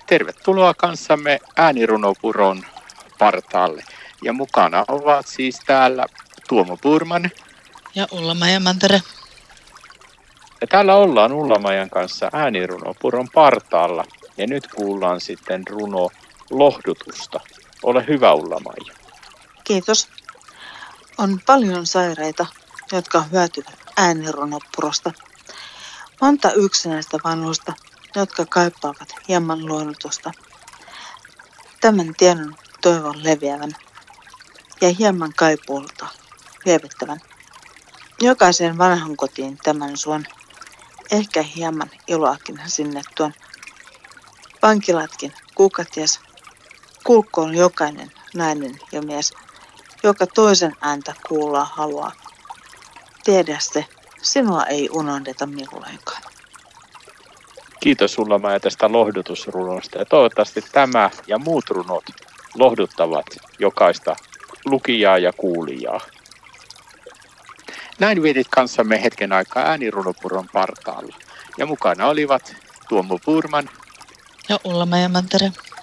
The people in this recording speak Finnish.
Tervetuloa kanssamme äänirunopuron partaalle. Ja mukana ovat siis täällä Tuomo Purman ja Ulla-Maija Mantere. Ja täällä ollaan Ulla-Maijan kanssa äänirunopuron partaalla. Ja nyt kuullaan sitten runo Lohdutusta. Ole hyvä, Ulla-Maija. Kiitos. On paljon sairaita, jotka hyötyvät äänirunopurosta. Monta yksinäistä vanhusta, jotka kaipaavat hieman lohdutusta. Tämän tiedon toivon leviävän ja hieman kaipuulta lievittävän. Jokaisen vanhan kotiin tämän suon, ehkä hieman iloakin sinne tuon. Vankilatkin, kuka ties, kuulkoon jokainen nainen ja mies, joka toisen ääntä kuulla haluaa. Tiedä se, sinua ei unohdeta milloinkaan. Kiitos Ulla-Maija tästä lohdutusrunosta ja toivottavasti tämä ja muut runot lohduttavat jokaista lukijaa ja kuulijaa. Näin vietit kanssamme hetken aikaa äänirunopuron partaalla ja mukana olivat Tuomo Purman ja Ulla-Maija Mantere.